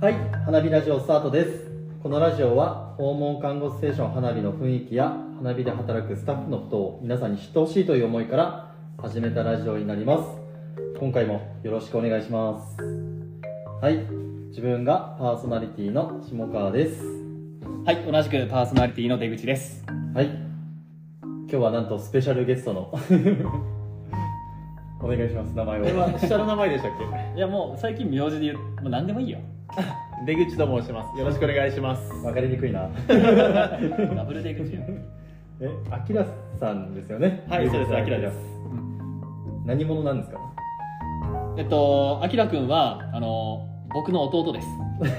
はい、花火ラジオスタートです。このラジオは訪問看護ステーション花火の雰囲気や花火で働くスタッフのことを皆さんに知ってほしいという思いから始めたラジオになります。今回もよろしくお願いします。はい、自分がパーソナリティの下川です。 はい、同じくパーソナリティの出口です。 はい、今日はなんとスペシャルゲストのお願いします。名前を。 下の名前でしたっいやもう最近名字で言う、もう何でもいいよ。 け？出口と申します。よろしくお願いします。 わかりにくいな。 ダブル出口や。 あきらさんですよね。 はい、そうです。あきらです。 何者なんですか？ あきらくんは僕の弟です。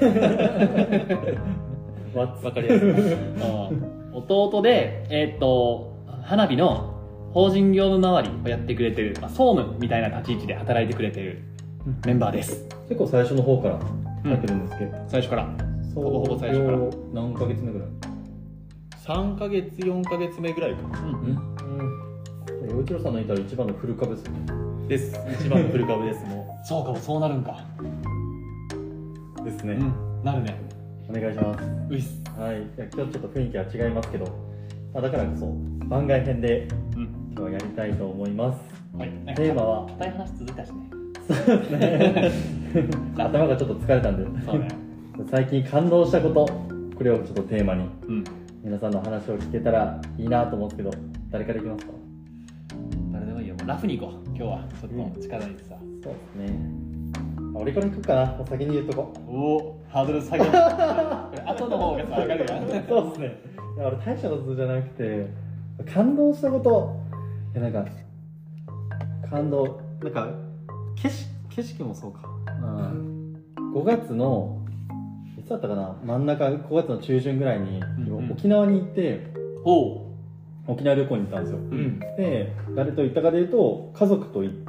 わかりやすい。 弟で花火の法人業務周りをやってくれてる、総務みたいな立ち位置で働いてくれてるメンバーです。 結構最初の方から入ってるんですけど、 最初からほぼほぼ最初から何ヶ月目ぐらい 3ヶ月4ヶ月目ぐらいかな。 陽一郎さんのいたら一番のフル株ですよね。 です。一番のフル株です。もそうかも、そうなるんか。 ですね、 なるね。 お願いします。 ういっす。 はい、いや今日ちょっと雰囲気は違いますけど、だからこそ番外編で今日はやりたいと思います。 はい、 テーマは硬い話続いたしね。 そうですね頭がちょっと疲れたんで、 そうね。 最近感動したこと、これをちょっとテーマにうん。 皆さんの話を聞けたらいいなと思うんですけど、誰からいきますか？ 誰でもいいよ。もうラフに行こう。今日はちょっと力入れてさ。 そうですね。俺から行くかな。お先に言うとこ。 おお、ハードル下げる。後の方がさ、上がるやん。 そうですね。いや俺大したことじゃなくて、感動したこと。いやなんか感動、なんか景色もそうか。5月のいつだったかな、真ん中5月の中旬ぐらいに、沖縄に行って沖縄旅行に行ったんですよ。で誰と行ったかでいうと家族と行って、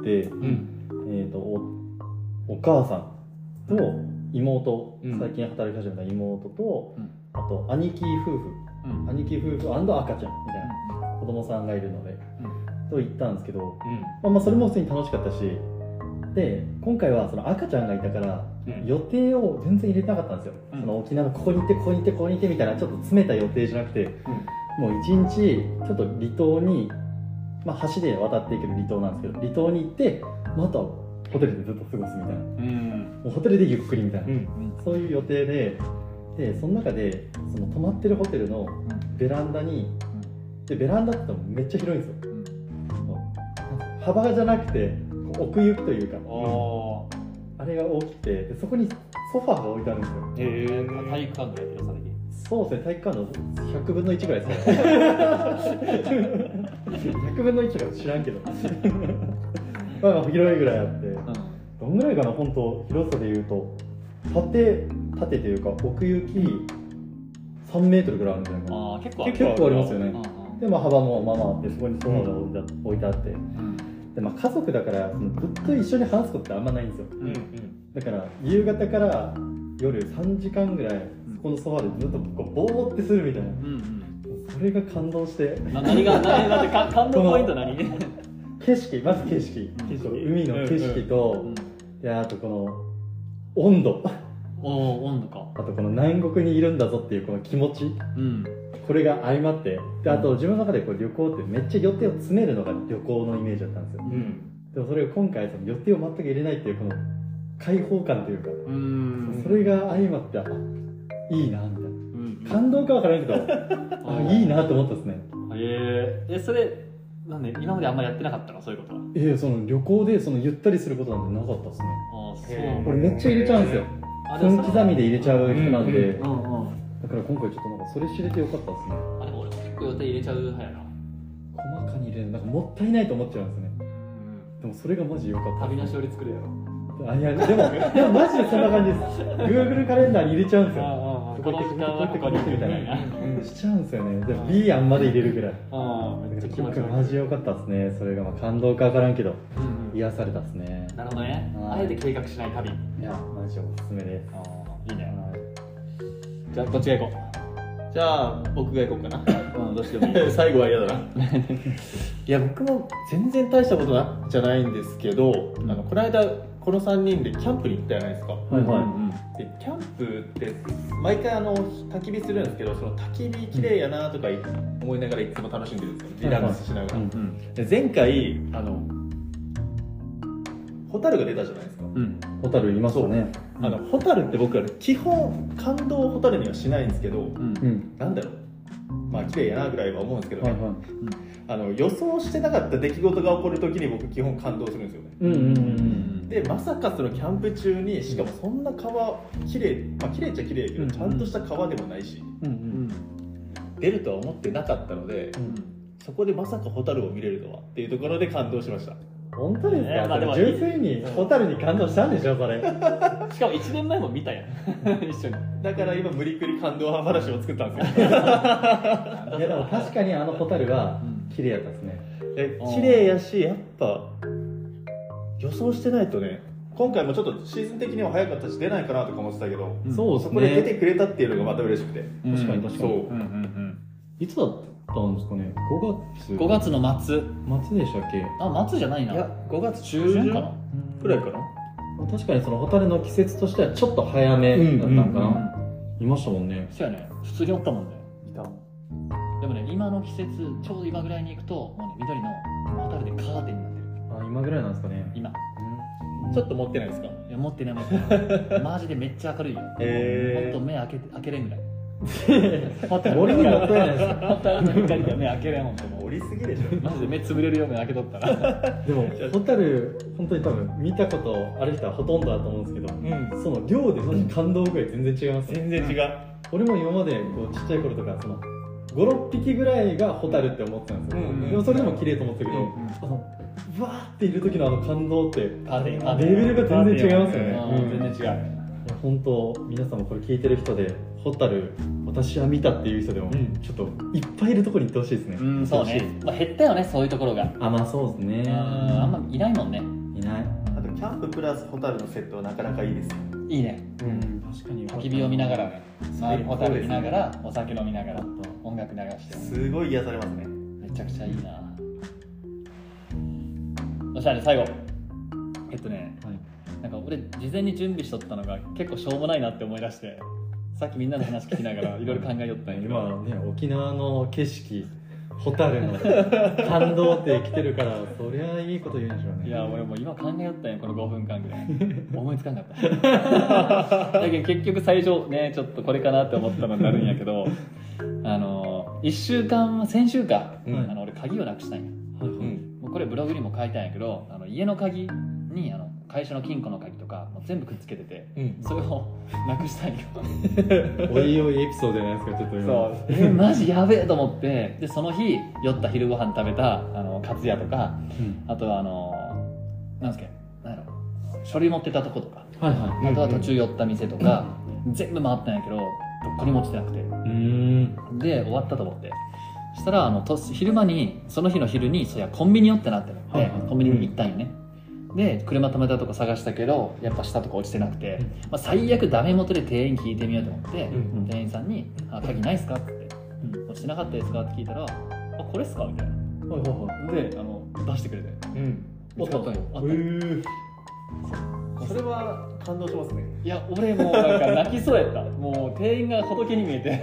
お母さんと妹、最近働き始めた妹と、あと兄貴夫婦、兄貴夫婦&赤ちゃんみたいな子供さんがいるので、と行ったんですけど、それも普通に楽しかったし、で今回はその赤ちゃんがいたから、予定を全然入れてなかったんですよ。その沖縄のここに行ってここに行ってここに行ってみたいなちょっと詰めた予定じゃなくて、もう一日ちょっと離島に、橋で渡っていける離島なんですけど、離島に行ってまたホテルでずっと過ごすみたいな、もうホテルでゆっくりみたいな、そういう予定で、その中でその泊まってるホテルのベランダに、でベランダって言ってもめっちゃ広いんですよ。幅じゃなくて奥行きというか、あれが大きくて、でそこにソファーが置いてあるんですよ。 体育館ぐらい広さ的に。 そうですね、体育館の100分の1ぐらいですね。100分の1とか知らんけど広いぐらいあって、どんぐらいかな、本当広さでいうと縦というか奥行き3メートルぐらいあるんじゃないかな。結構ありますよね。で幅もあって、そこにソファーが置いてあって、で家族だからずっと一緒に話すことってあんまないんですよ。だから夕方から夜3時間ぐらいこのソファーでずっとこうぼーってするみたいな、それが感動して。 何が感動ポイント何？ 景色、まず景色、海の景色と、であとこの温度か、あとこの南国にいるんだぞっていうこの気持ち、これが相まって、であと自分の中でこう旅行ってめっちゃ予定を詰めるのが旅行のイメージだったんですよ。でもそれが今回その予定を全く入れないっていうこの開放感というか、それが相まっていいなみたいな、感動かわからんけどいいなと思ったですね。 それなんで今まであんまりやってなかったの、そういうことは？ その旅行でそのゆったりすることなんてなかったですね。これめっちゃ入れちゃうんですよ。分刻みで入れちゃう人なんで、だから今回ちょっとなんかそれ知れてよかったですね。 でも俺も結構予定入れちゃう派やな。 細かに入れる、なんかもったいないと思っちゃうんですね。でもそれがマジ良かった。 旅のしおり作るやろ。 いやでもマジでそんな感じです。Google カレンダーに入れちゃうんですよ。 この時間はここに行くみたいな。 しちゃうんですよね。でも B 案まで入れるぐらい。 めっちゃ気持ち悪い。 マジ良かったですね。それが感動かわからんけど、癒されたですね。 なるほどね。あえて計画しない旅。 いやマジおすすめです。 いいね。じゃあどっちが行こう？ じゃあ僕が行こうかな。 感動してもいい最後は嫌だな。いや僕も全然大したことじゃないんですけど、この間この3人でキャンプに行ったじゃないですか。 はいはい。 でキャンプって毎回焚き火するんですけど、その焚き火綺麗やなとか思いながらいつも楽しんでるんですよ、リラックスしながら。で前回ホタルが出たじゃないですか。 ホタルいますよね。 ホタルって僕は基本感動をホタルにはしないんですけど、なんだろう、まあ綺麗やなぐらいは思うんですけどね、予想してなかった出来事が起こるときに僕基本感動するんですよね。でまさかそのキャンプ中に、しかもそんな川綺麗、まあ綺麗っちゃ綺麗やけど、ちゃんとした川でもないし、出るとは思ってなかったので、そこでまさかホタルを見れるとはっていうところで感動しました。 本当ですか？まあ、でも純粋にホタルに感動したんでしょそれ。しかも 1年前も見たやん一緒に。 だから今無理くり感動話を作ったんですよ。いやでも確かにホタルは綺麗やったですね。 綺麗やし、やっぱ予想してないとね、今回もちょっとシーズン的には早かったし出ないかなとか思ってたけど、 そうですね、 そこで出てくれたっていうのがまた嬉しくて。 確かに確かに。 そう、 いつだったんですかね。 5月の末でしたっけ？ 末じゃないな。 いや5月中旬かなくらいかな。 確かにそのホタルの季節としてはちょっと早めだったのかな。いましたもんね。 そうやね、普通におったもんね。いた。でもね、今の季節ちょうど今ぐらいに行くともうね、緑のホタルでカーテンになってる。 今ぐらいなんですかね。 今ちょっと持ってないですか？ いや持ってないマジでめっちゃ明るいよ。もっと目開けれんぐらい。 俺にもったいないです。 ホタルの光で目開けれんもん。 折りすぎでしょ。 マジで目つぶれるように開けとったら。 でもホタル本当に多分見たことある人はほとんどだと思うんですけど、その量でマジ感動ぐらい全然違います。 全然違う。 俺も今までこうちっちゃい頃とかその5、6匹ぐらいがホタルって思ってたんですよ。でもそれでも綺麗と思ってたけど、わーっている時の感動ってレベルが全然違いますよね。 全然違う。 本当皆さんもこれ聞いてる人でホタル私は見たっていう人でもちょっといっぱいいるところに行ってほしいですね。 そうね。まあ減ったよね、そういうところが。 まあそうですね。 あんまいないもんね。 いない。 あとキャンププラスホタルのセットはなかなかいいですよ。 いいね。 確かに。 焚き火を見ながらね、周りホタル見ながらお酒飲みながら音楽流して、 すごい癒されますね。 めちゃくちゃいいな。そしたらね、最後なんか俺事前に準備しとったのが結構しょうもないなって思い出して、さっきみんなの話聞きながらいろいろ考えよったんやけど、 今ね沖縄の景色ホタルの感動って来てるからそりゃいいこと言うんでしょうね。 いや俺もう今考えよったんや、この5分間ぐらい思いつかんかっただけど結局最初ねちょっとこれかなって思ったのになるんやけど先週か、俺鍵をなくしたんや。もうこれブログにも書いたんやけど、家の鍵に会社の金庫の鍵とかもう全部くっつけてて、それをなくしたんよおいおいエピソードじゃないですか。ちょっと今そうマジやべえと思って、でその日酔った昼ご飯食べたカツヤとか、あとはなんすけなんやろ書類持ってたとことか、あとは途中寄った店とか、全部回ったんやけどどこにも落ちてなくて、で終わったと思って、そしたら昼間にその日の昼にそうやコンビニ寄ってなって思って、コンビニに行ったんよね。で車止めたとこ探したけどやっぱ下とか落ちてなくて、最悪ダメ元で店員聞いてみようと思って、店員さんに「鍵ないっすか?」って「落ちてなかったですか?」って聞いたら「あこれっすか?」みたいな、で出してくれて、見つかったんよ。 それは感動しますね。 いや俺もうなんか泣きそうやったもう店員が仏に見えて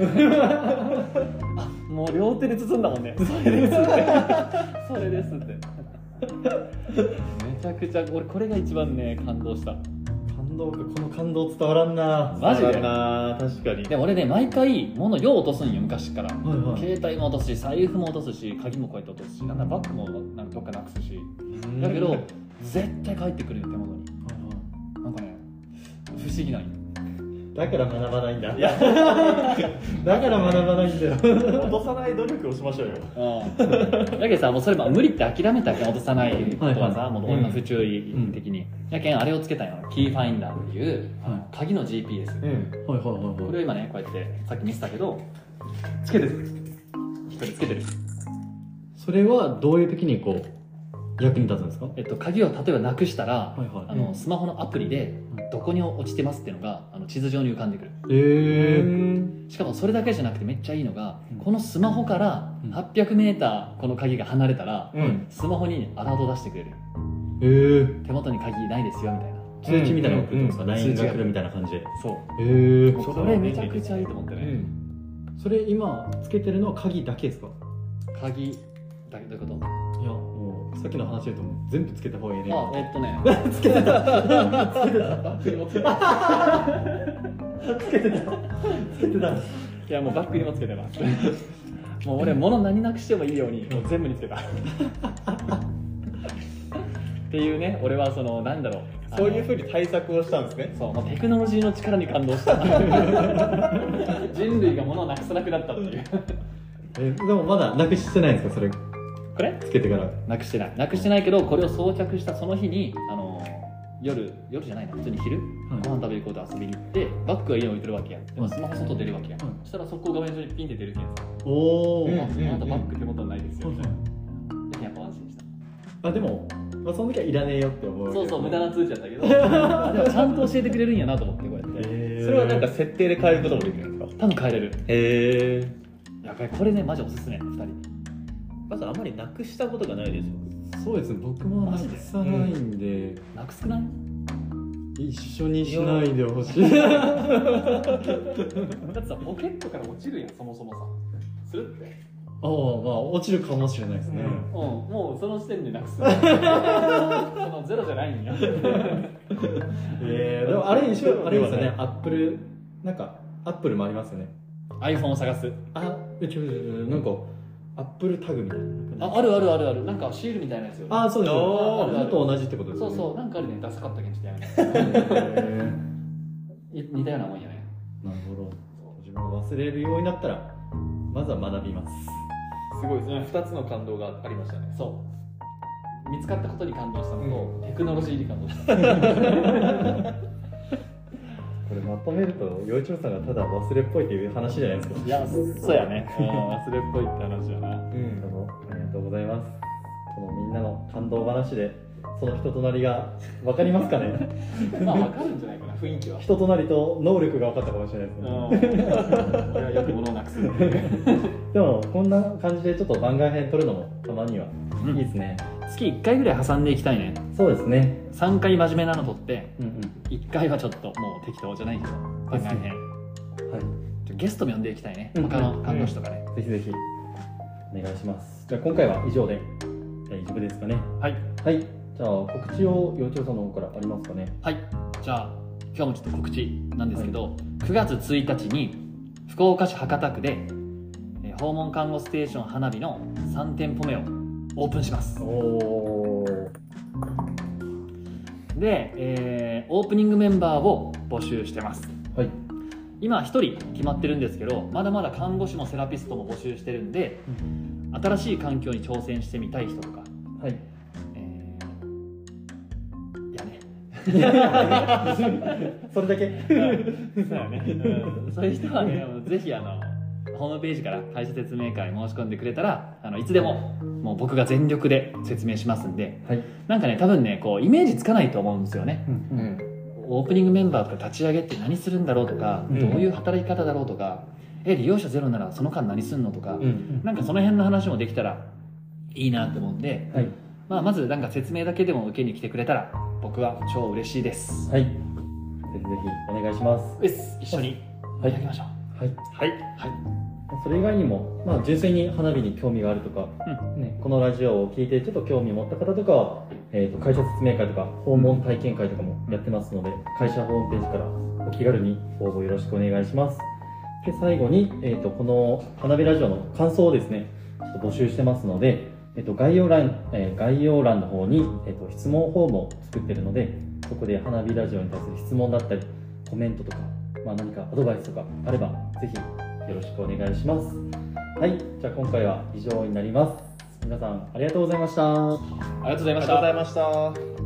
もう両手で包んだもんね。それですってそれですってめちゃくちゃ俺これが一番ね感動した。 感動か、この感動伝わらんな。 マジでな。確かに。 でも俺ね毎回物よう落とすんよ昔から、携帯も落とすし財布も落とすし鍵もこうやって落とすし、なんならバッグもなんかどっかなくすし、だけど絶対帰ってくるよ手元に。なんかね不思議なんよ。 だから学ばないんだ。だから学ばないんだよ。 落とさない努力をしましょうよ。 だけどさもうそれ無理って諦めたけん落とさないことはさ、もう俺の不注意的に、だけんあれをつけたんよ、キーファインダーっていう鍵の GPS、これを今ねこうやってさっき見せたけどつけてる、一人つけてる。 それはどういう時にこう役に立つんですか？ 鍵を例えばなくしたら、スマホのアプリでどこに落ちてますっていうのが地図上に浮かんでくる。しかもそれだけじゃなくてめっちゃいいのが、 このスマホから800メーターこの鍵が離れたら、スマホにアラート出してくれる。手元に鍵ないですよみたいな通知みたいなのが来るんですか、LINE が来るみたいな感じで。 そう。 これめちゃくちゃいいと思ってね。 それ今つけてるのは鍵だけですか？ 鍵だけどういうこと？ いやもうさっきの話でと全部つけた方がいいね。 つけてた。 つけてた。いやもうバッグにもつけてます。もう俺物何なくしてもいいようにもう全部につけた。っていうね、俺はそのなんだろう。 そういうふうに対策をしたんですね。 そう、もうテクノロジーの力に感動した。人類が物をなくさなくなったっていう。 でもまだなくしてないんですか、それ？これつけてからなくしてないけど、これを装着したその日に夜じゃないな、普通に昼、ご飯食べに行こうと遊びに行ってバッグは家に置いてるわけや。でもスマホ外出るわけや。そしたら速攻画面上にピンって出るけんさ。 おお。 あとバッグ手元にないですよ。やっぱ安心した。 でもその時はいらねえよって思う。 そう無駄な通知だったけど、でもちゃんと教えてくれるんやなと思ってこうやって。 それはなんか設定で変えることもできるんですか？ 多分変えれる。やっぱりこれねマジおすすめ。2人にまずあまりなくしたことがないです。 そうですね、僕もなくさないんで。 なくすくない？ 一緒にしないでほしい。 だってさ、ポケットから落ちるやん、そもそもさ。するって。 まあ落ちるかもしれないですね。 もうその時点でなくす。そのゼロじゃないんや。でもあれ一緒あれですよね。アップルもありますよね。 iPhone を探す。 なんかアップルタグみたいな。 ある。なんかシールみたいなやつよ。 そうです。あと同じってことですよね。 そう、なんかあるね、ダサかったけんちょっとやめ似たようなもんやね。 なるほど。自分が忘れるようになったらまずは学びます。 すごいですね。2つの感動がありましたね。 そう。見つかったことに感動したのと、テクノロジーに感動した。 これまとめると陽一郎さんがただ忘れっぽいっていう話じゃないですか。 いや、そうやね。忘れっぽいって話やな。 ありがとうございます。このみんなの感動話でその人となりが分かりますかね。 分かるんじゃないかな、雰囲気は。 人となりと能力が分かったかもしれないですね。 俺はよく物をなくす。 でもこんな感じでちょっと番外編撮るのもたまにはいいですね。 月1回ぐらい挟んでいきたいね。 そうですね。 3回真面目なの撮って、1回はちょっともう適当じゃないけど番外編。ゲストも呼んでいきたいね。他の看護師とかね。 ぜひぜひお願いします。じゃあ今回は以上で大丈夫ですかね。はい。じゃあ告知を陽一郎さんの方からありますかね。 はい。じゃあ今日もちょっと告知なんですけど、9月1日に福岡市博多区で訪問看護ステーション花火の3店舗目をオープンします。で、オープニングメンバーを募集してます。今1人決まってるんですけど、まだまだ看護師もセラピストも募集してるんで、新しい環境に挑戦してみたい人とか、 それだけ。 そうやね。そういう人はね、ぜひホームページから会社説明会申し込んでくれたら、いつでももう僕が全力で説明しますんで、なんかね、多分ね、こうイメージつかないと思うんですよね。オープニングメンバーとか立ち上げって何するんだろうとか、どういう働き方だろうとか、利用者ゼロならその間何するのとか、なんかその辺の話もできたらいいなと思うんで、まずなんか説明だけでも受けに来てくれたら僕は超嬉しいです。 ぜひぜひお願いします。 一緒にやりましょう。それ以外にも、 純粋に花火に興味があるとか、このラジオを聞いてちょっと興味を持った方とかは、会社説明会とか訪問体験会とかもやってますので、会社ホームページからお気軽に応募よろしくお願いします。で最後に、この花火ラジオの感想をですねちょっと募集してますので、概要欄の方に、質問フォームを作ってるので、そこで花火ラジオに対する質問だったりコメントとか、何かアドバイスとかあればぜひよろしくお願いします。じゃあ今回は以上になります。皆さんありがとうございました。 ありがとうございました。